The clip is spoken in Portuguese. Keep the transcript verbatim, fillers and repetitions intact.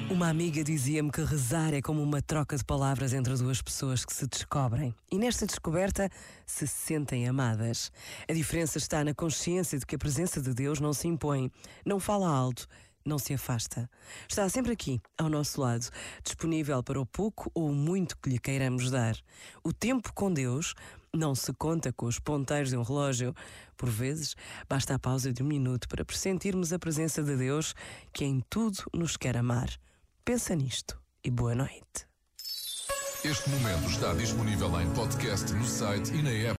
Uma amiga dizia-me que rezar é como uma troca de palavras entre duas pessoas que se descobrem e nesta descoberta se sentem amadas. A diferença está na consciência de que a presença de Deus não se impõe, não fala alto, não se afasta. Está sempre aqui, ao nosso lado, disponível para o pouco ou o muito que lhe queiramos dar. O tempo com Deus não se conta com os ponteiros de um relógio. Por vezes, basta a pausa de um minuto para pressentirmos a presença de Deus que em tudo nos quer amar. Pensa nisto e boa noite. Este momento está disponível em podcast no site e na app.